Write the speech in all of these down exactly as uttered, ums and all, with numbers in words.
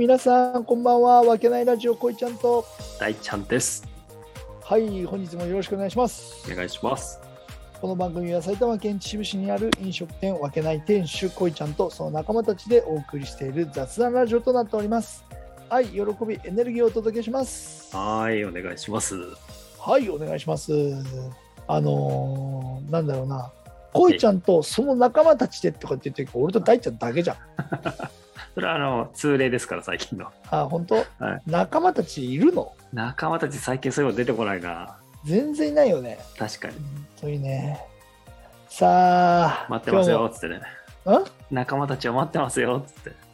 皆さんこんばんは。わけないラジオこいちゃんと大ちゃんです。 はい、本日もよろしくお願いします。 お願いします。 この番組は埼玉県秩父市にある飲食店わけない店主こいちゃんとその仲間たちでお送りしている雑談ラジオとなっております。愛、喜び、エネルギーをお届けします。 はい、お願いします。 はい、お願いします。あのー、なんだろうな、こいちゃんとその仲間たちでとかって言ってるけど、俺と大ちゃんだけじゃん。 それはあの通例ですから最近の。 あ、本当、 はい、 仲間たちいるの？ 仲間たち最近そういうの出てこないな。 全然いないよね。 確かに。 そういうね。さあ、 待ってますよっつってね。 ん？ 仲間たちを待ってますよっつって。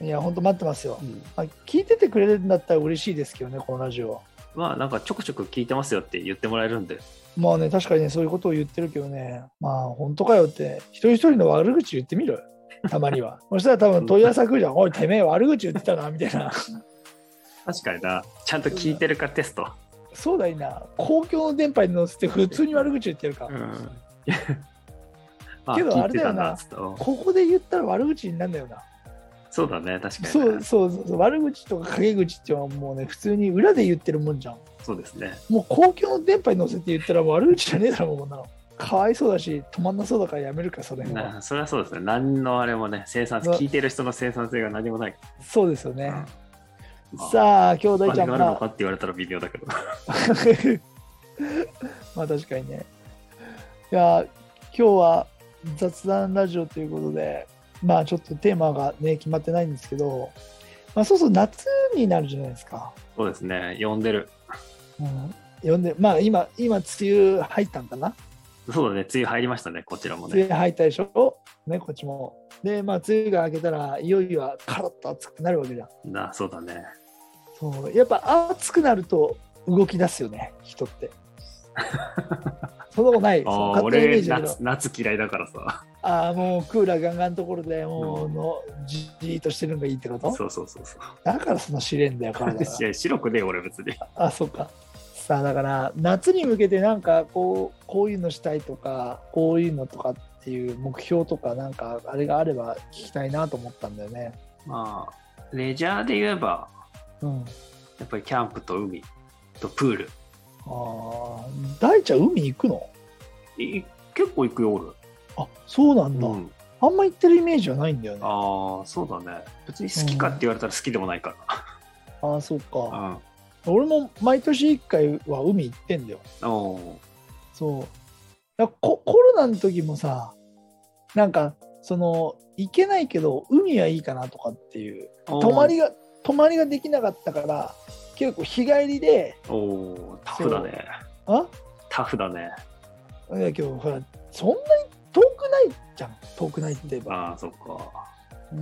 いや本当待ってますよ、 うん、 あ、聞いててくれるんだったら嬉しいですけどね、このラジオは。 まあなんかちょくちょく聞いてますよって言ってもらえるんで。 まあね、確かにね、そういうことを言ってるけどね、まあ本当かよって一人一人の悪口言ってみろよ、たまには。そしたら多分問い合わせ来るじゃん。おいてめえ悪口言ってたなみたいな。 確かにな、ちゃんと聞いてるかテスト。 そうだいな、公共の電波に乗せて普通に悪口言ってるか、うん、けどあれだよな、ここで言ったら悪口になるんだよな。 そうだね、確かに、ね、 そうそうそう、悪口とか陰口っていうのはもうね、普通に裏で言ってるもんじゃん。 そうですね。 もう公共の電波に乗せて言ったら悪口じゃねえだろ、もうこんなの。かわいそうだし、止まんなそうだからやめるか、それは。 それはそうですね。何のあれもね、生産性、聞いてる人の生産性が何もない。 そうですよね。うん、さあ、今日大ちゃんがあるのかって言われたら微妙だけど。 まあ確かにね。いや、今日は雑談ラジオということで、まあちょっとテーマがね、決まってないんですけど、まあそうそう、夏になるじゃないですか。 そうですね、呼んでる。 うん、呼んで、まあ今、今、梅雨入ったんかな。 そうだね、梅雨入りましたね、こちらもね。 梅雨入ったでしょ、ね、こっちも。で、まあ、梅雨が明けたら、いよいよカラッと暑くなるわけじゃん。 な、そうだね。 そう、やっぱ暑くなると動き出すよね、人って。そんなことない。 あ、俺夏、夏嫌いだからさ。 ああ、もうクーラーガンガンのところでもうの、うん、じーっとしてるのがいいってこと？ そうそうそうそう。 だからその試練だよ、体が。 いや、白くねえ、俺別に。 あ、そうか。さあだから夏に向けてなんかこうこういうのしたいとかこういうのとかっていう目標とかなんかあれがあれば聞きたいなと思ったんだよね。 まあレジャーで言えば、うん、やっぱりキャンプと海とプール。 ああ、大ちゃん海行くの？ い結構行くよ俺。 あ、そうなんだ、うん、あんま行ってるイメージはないんだよね。 ああ、そうだね。別に好きかって言われたら好きでもないから、 うん、ああ、そうか、うん、俺も毎年いっかいは海行ってんだよ。そうだココロナの時もさ、なんかその行けないけど海はいいかなとかっていう泊まりが泊まりができなかったから結構日帰りで。 おタフだね。 あタフだね。 だけどほらそんなに遠くないじゃん。遠くないって言えば。 ああ、そっか。 うん、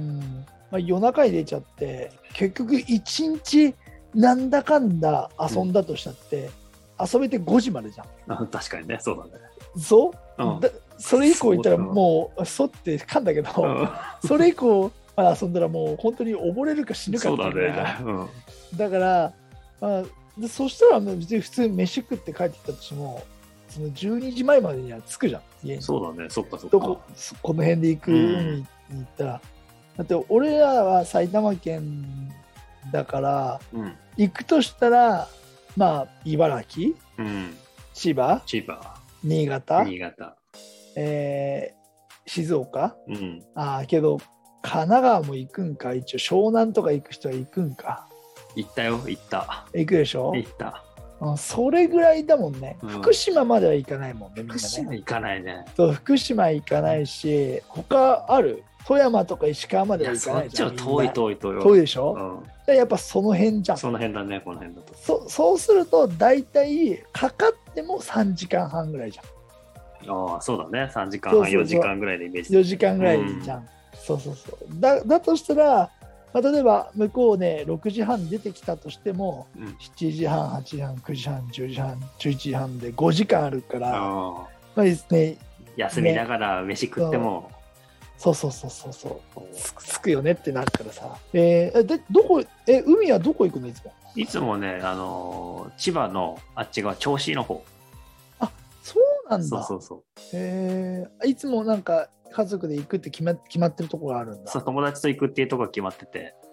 まあ、夜中に出ちゃって結局いちにちなんだかんだ遊んだとしたって、うん、遊べてごじまでじゃん。 あ、確かにね、そうだね。 そう、うん、だそれ以降行ったらもうそって噛んだけど、うん、それ以降まだ遊んだらもう本当に溺れるか死ぬかっていうぐらいじゃん。そうだね。うん、だから、まあ、でそしたら別に普通に飯食って帰ってきたとしてもそのじゅうにじまえまでには着くじゃん、家に。 そうだね、そっかそっか。 どここの辺で行く海に行ったら、うん、だって俺らは埼玉県だから、うん、行くとしたらまあ茨城、うん、千葉、 千葉、 新潟、 新潟、 えー、静岡、 うん、 あけど神奈川も行くんか。一応湘南とか行く人は行くんか。 行ったよ、行った。 行くでしょ。 行った。 うん、それぐらいだもんね、うん、福島までは行かないもんね、みんなね。 福島行かないね。 そう、福島行かないし、他ある？富山とか石川までは行かないじゃん。 そっちは遠い遠い遠い。 遠いでしょ、うん、やっぱその辺じゃん。 その辺だね、この辺だと。 そ, そうすると大体かかってもさんじかんはんぐらいじゃん。 ああ、そうだね、さんじかんはん、よじかんぐらいでイメージ。 よじかんぐらいじゃん、うん、そうそうそう。だだとしたら、まあ、例えば向こうねろくじはんに出てきたとしても、うん、しちじはん、はちじはん、くじはん、じゅうじはん、じゅういちじはんでごじかんあるから、 あ、 まあですね、 休みながら飯食っても、 ね、そうそうそうそうそうつ, つくよねってなるからさ。えー、でどこえ海はどこ行くのいつも？ いつもね、あのー、千葉のあっち側銚子の方。 あ、そうなんだ。 そうそうそう。 えー、いつもなんか家族で行くって決ま、決まってるところがあるんだ。 そう、友達と行くっていうところが決まってて。 あ、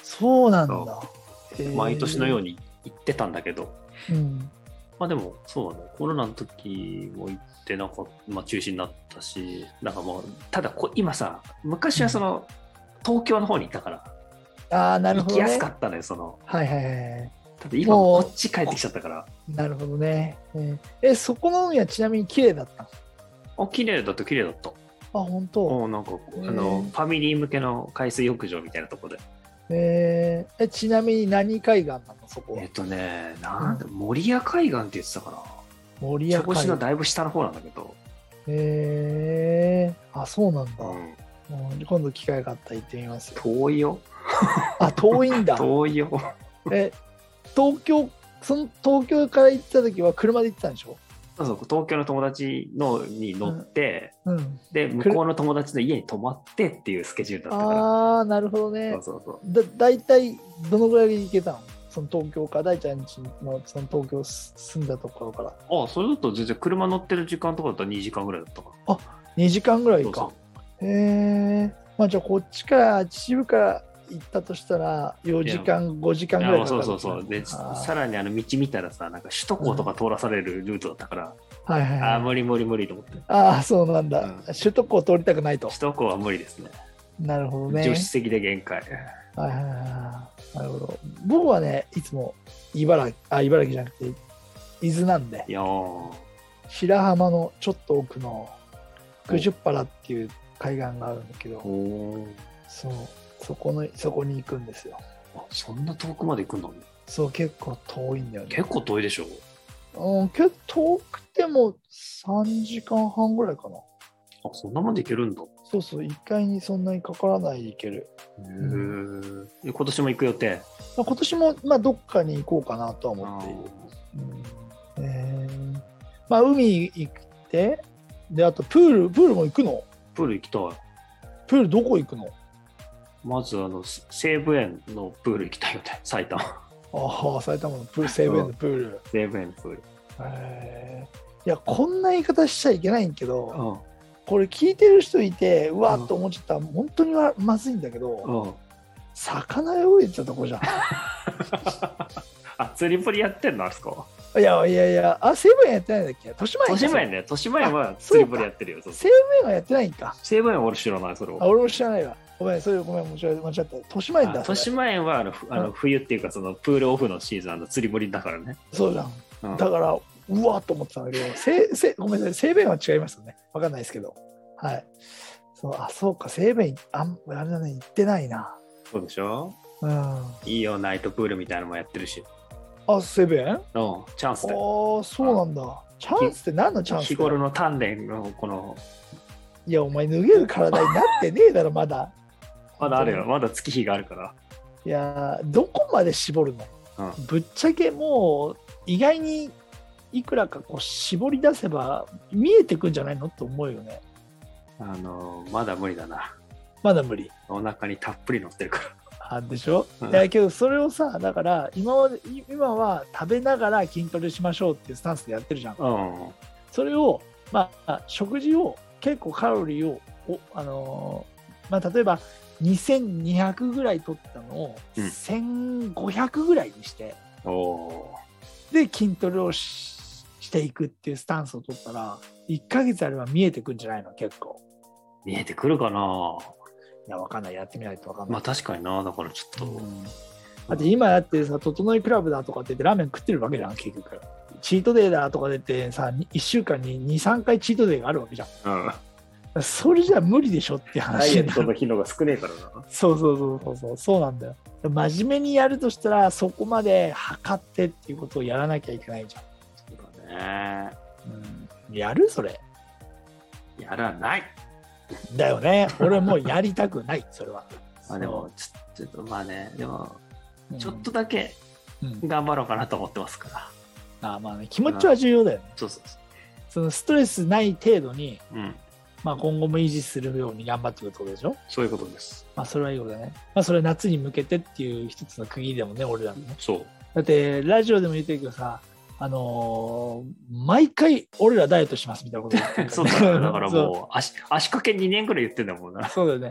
そうなんだ。 毎年のように行ってたんだけど、 うん、 まあでもそうだね、コロナの時も行ってなんか、まあ、中止になったし、なんかもうただこ今さ、昔はその、うん、東京の方にいたから、 あ、なるほどね、 行きやすかったのよ、その。 はいはいはい。 ただ今こっち帰ってきちゃったから。 なるほどね。ええ、そこの海はちなみに綺麗だったの？あ、綺麗だった綺麗だった。あ、 本当。 なんかあのファミリー向けの海水浴場みたいなところで。 えー、えちなみに何海岸なのそこは？ えっとね、なんだ、うん、守谷海岸って言ってたかな。 守谷海岸。 のだいぶ下の方なんだけど。 へえー、あ、そうなんだ。うん、今度機会があったら行ってみますよ。 遠いよ。 あ、遠いんだ。 遠いよ。 え、東京、その東京から行った時は車で行ってたんでしょ？ そうそう、東京の友達のに乗って、 うんうん、 で向こうの友達の家に泊まってっていうスケジュールだったから。 ああ、なるほどね。 そうそうそう。 だだいたいどのぐらいで行けたの？その東京か大ちゃんちのその東京住んだところから。 ああ、それだと全然車乗ってる時間とかだったらにじかんぐらいだったから。 あ、にじかんぐらいか。そうそう、へえ。まあじゃあこっちから秩父から行ったとしたらよじかんごじかんぐらいかかる。 そうそうそう。でさらにあの道見たらさ、なんか首都高とか通らされるルートだったから、うん、はいはい、はい、ああ無理無理無理と思って。ああ、そうなんだ、うん、首都高通りたくないと。 首都高は無理ですね。 なるほどね。 助手席で限界。 はいはいはい。なるほど。僕はね、いつも茨城、あ、茨城じゃなくて伊豆なんで、いや白浜のちょっと奥の九十原っていう海岸があるんだけど、そう、そこのそこに行くんですよ。 あ、そんな遠くまで行くんだね。 そう、結構遠いんだよね。 結構遠いでしょ。 うん、結構遠くてもさんじかんはんぐらいかな。 あ、そんなまで行けるんだ。 そうそう、いっかいにそんなにかからないで行ける。 へー、うん、今年も行く予定？ 今年も、まあ、どっかに行こうかなとは思っている。うん、えー、まあ、海行って、で、あとプール、プールも行くの？ プール行きたい。 プールどこ行くの？ まずあの西武園のプール行きたいよね、埼玉。ああ、埼玉のプール、西武園のプール。 西武園のプール。 えー、いや、こんな言い方しちゃいけないんけど、うん、これ聞いてる人いて、うわっと思っちゃったら、うん、本当にはまずいんだけど、うん、魚泳いでたとこじゃん。 あ、釣り堀やってんのあそこ？ いやいやいや、あ、西武園やってないんだっけ？豊島園。 豊島園ね、豊島園は釣り堀やってるよ。 西武園はやってないんか。 西武園は俺知らない、それは。 あ、俺も知らないわ。ごめん、それごめん、間違った。豊島園だ。 豊島園はあの、あの冬っていうか、そのプールオフのシーズンの釣り堀だからね。 そうじゃん。うん、だから、うわっと思ってたんだけど、せせごめんなさい、西武園は違いますよね。わかんないですけど。はい。そう、あ、そうか、西武園、あん、あれだね、行ってないな。 そうでしょ？ うん。 いいよ、ナイトプールみたいなのもやってるし。 あ、西武園？ うん、チャンスで。 ああ、そうなんだ。チャンスって何のチャンス？ 日頃の鍛錬のこの。 いや、お前脱げる体になってねえだろ、まだ。 まだあるよ、まだ月日があるから。 いや、どこまで絞るの？うん、ぶっちゃけもう、意外にいくらかこう絞り出せば見えてくんじゃないのって思うよね。 あの、まだ無理だな。 まだ無理。 お腹にたっぷり乗ってるから。 あでしょ、うん、いやけどそれをさ、だから今まで今は食べながら筋トレしましょうっていうスタンスでやってるじゃん、うん、それを、まあ、食事を結構カロリーをお、あのーまあ、例えばにせんにひゃくぐらい取ったのをせんごひゃくぐらいにして、うん、で筋トレを し, していくっていうスタンスを取ったらいっかげつあれば見えてくんじゃないの？結構見えてくるかな。 いや、わかんない。やってみないとわかんない。 まあ確かにな。だからちょっと。うん、 だって今やってさ、整いクラブだとかって言ってラーメン食ってるわけじゃん、結局。チートデーだとかでってさ、いっしゅうかんにに、さんかいチートデーがあるわけじゃん。うん、それじゃ無理でしょって話。 ダイエットの日のが少ねえからな。 そうそうそうそうそう、そうなんだよ。真面目にやるとしたら、そこまで測ってっていうことをやらなきゃいけないじゃん。 そうだね。 うん、やるそれ。 やらない。 だよね。俺もうやりたくない、それは。 まあでもちょっとまあね、でもちょっとだけ頑張ろうかなと思ってますから。 うん、あまあね、気持ちは重要だよね。 そうそうそう。 そのストレスない程度に、うん、まあ今後も維持するように頑張っていくってことでしょ。 そういうことです。 まあそれはいいことだね。まあそれは夏に向けてっていう一つの区切りでもね、俺らのね。 そう。 だってラジオでも言ってるけどさ。あのー、毎回俺らダイエットしますみたいなこと言ってるから、ね、 そうだ、だからもう 足, 足掛けにねんぐらい言ってんだもんな。 そうだよね。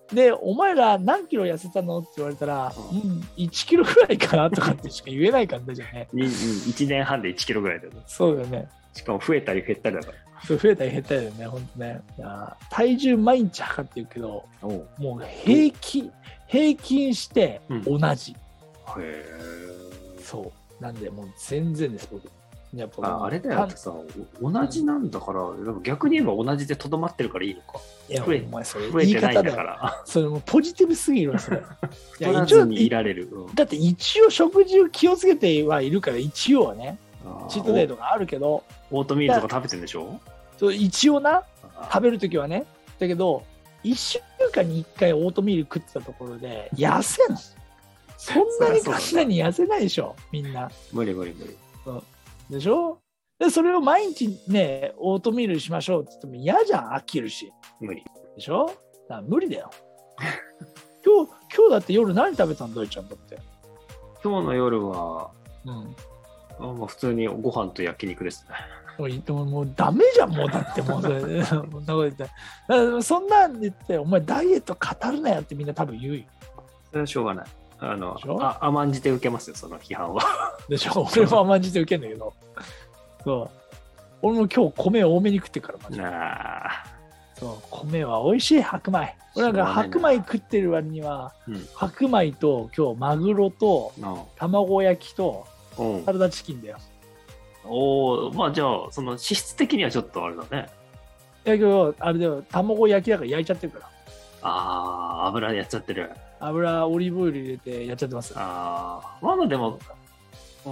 でお前ら何キロ痩せたのって言われたら、うん、うん、いちキロぐらいかなとかってしか言えないからじゃね。 いちねんはんでいちキロぐらいだよね。 そうだよね。 しかも増えたり減ったりだから。 そう増えたり減ったりだよね、ほんとね。いや体重毎日測ってるけど、もう平均、平均して同じ。うん、へえ。そう。なんで、もう全然です、僕。やっぱあ, あれだよってさ、同じなんだから、逆に言えば同じでとどまってるからいいのか。いや、増え、お前それ増えてないんだから。 それもポジティブすぎるわ、それ。 太らずにいられる。 うん、だって一応食事を気をつけてはいるから、一応はね、チートデイとかあるけど。 オートミールとか食べてるんでしょ？ そう一応な、食べるときはね。だけど、いっしゅうかんにいっかいオートミール食ってたところで、痩せんの。そんなに簡単に痩せないでしょ、みんな。 無理無理無理。 うんでしょ？でそれを毎日ね、オートミールしましょうって言っても嫌じゃん、飽きるし。 無理。 でしょ？だから無理だよ。今日、今日だって夜何食べたんだよ、ちゃんとって。 今日の夜は、うん、あまあ普通にご飯と焼肉ですね。 もう、もうダメじゃん、もうだってもうそんなこと言って。そんなん言って、お前ダイエット語るなよってみんな多分言うよ。 それはしょうがない。あのあ甘んじて受けますよ、その批判は。 でしょ、俺も甘んじて受けるんだけど。そう。俺も今日米多めに食ってるから、マジで。そう、米は美味しい、白米。俺なんか白米食ってる割には、うん、白米と今日マグロと卵焼きとサラダチキンだよ。 おお、まあじゃあ、その脂質的にはちょっとあれだね。 だけど、あれだよ、卵焼きだから焼いちゃってるから。 ああ、油でやっちゃってる。 油、オリーブオイル入れてやっちゃってます。 ああ、まあでも、うん、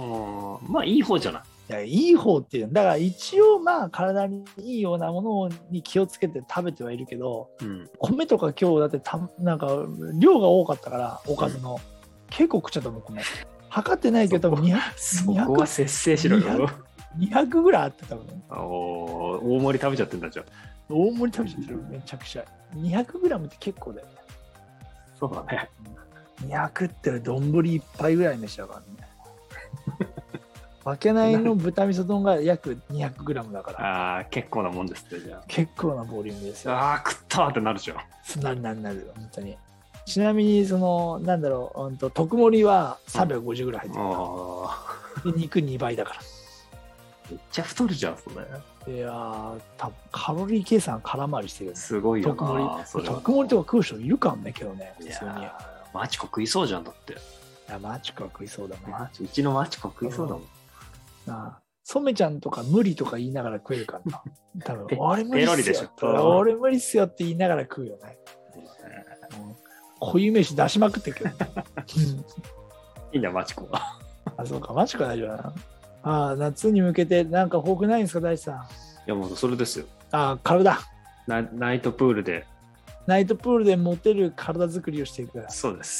まあいい方じゃない。 いや、いい方っていう、だから一応まあ体にいいようなものに気をつけて食べてはいるけど、うん、米とか今日だってたなんか量が多かったからおかずの、うん、結構食っちゃったもん米。測ってないけど多分にひゃく、 そこは節制しろよ。 にひゃくぐらいあって多分。 お大盛り食べちゃってんだじゃん。 大盛り食べちゃってるめちゃくちゃ。にひゃくグラムって結構だよね。 そうだね。 にひゃくって丼いっぱいぐらい飯だからね。負けないの豚味噌丼が約にひゃくグラムだから。 ああ、結構なもんですね、じゃあ。 結構なボリュームですよ。 ああ、食ったってなるじゃん。 なるなるなる、本当に。ちなみに、その、なんだろう、うんと特盛りはさんびゃくごじゅうぐらい入ってる、うん、で肉にばいだから。 めっちゃ太るじゃん、それ。いやー、多分カロリー計算空回りしてるよね。 すごいよな。 特盛り。特盛りとか食う人いるかんね、今日ね、普通に。 マチコ食いそうじゃん、だって。いや、マチコは食いそうだね。 うちのマチコ食いそうだもん。 なあ、ソメちゃんとか無理とか言いながら食えるからな。多分俺無理っすよ。俺無理っすよって言いながら食うよね。固有名詞出しまくってるけど。 いいんだ、マチコは。 あ、そうか、マチコ大丈夫だな。ああ、夏に向けてなんか抱負ないんですか、大地さん。いや、もうそれですよ。 ああ、体。 ナ、ナイトプールで。 ナイトプールでモテる体作りをしていく。 そうです。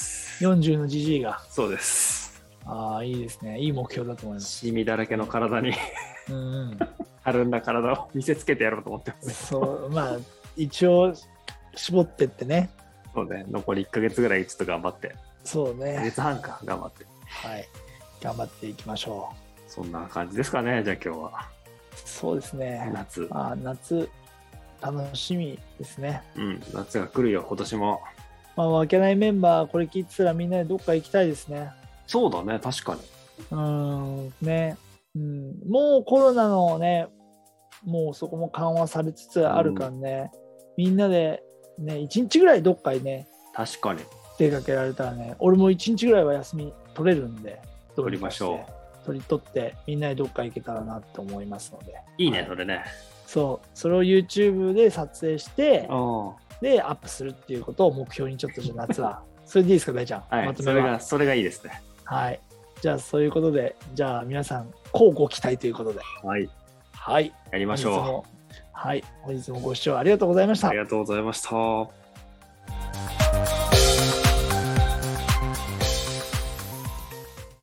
よんじゅうのジジイが。 そうです。 ああ、いいですね。いい目標だと思います。 シミだらけの体にうん、たるんだ体を見せつけてやろうと思ってます。 そう、まあ、一応、絞ってってね。 そうね、残りいっかげつぐらいちょっと頑張って。 そうね。いっかげつはんか、頑張って。 はい。頑張っていきましょう。 そんな感じですかね、じゃあ今日は。 そうですね。 夏。 あ夏、楽しみですね。 うん、夏が来るよ、今年も。 まあ、負けないメンバー、これ聞いてたらみんなでどっか行きたいですね。 そうだね、確かに。 うーん、ね。うん、もうコロナのね、もうそこも緩和されつつあるからね、うん、みんなでね、いちにちぐらいどっかにね、 確かに出かけられたらね、俺もいちにちぐらいは休み取れるんで、 取りましょう。取り取って、みんなでどっか行けたらなと思いますので。 いいね、それね。 そう、それを YouTube で撮影して、で、アップするっていうことを目標にちょっとじゃ夏は。それでいいですか、大ちゃん。 はい、まとめはそれが、それがいいですね。 はい。じゃあ、そういうことで、じゃあ皆さん、こうご期待ということで。 はい。 はい。 やりましょう。 はい。本日もご視聴ありがとうございました。 ありがとうございました。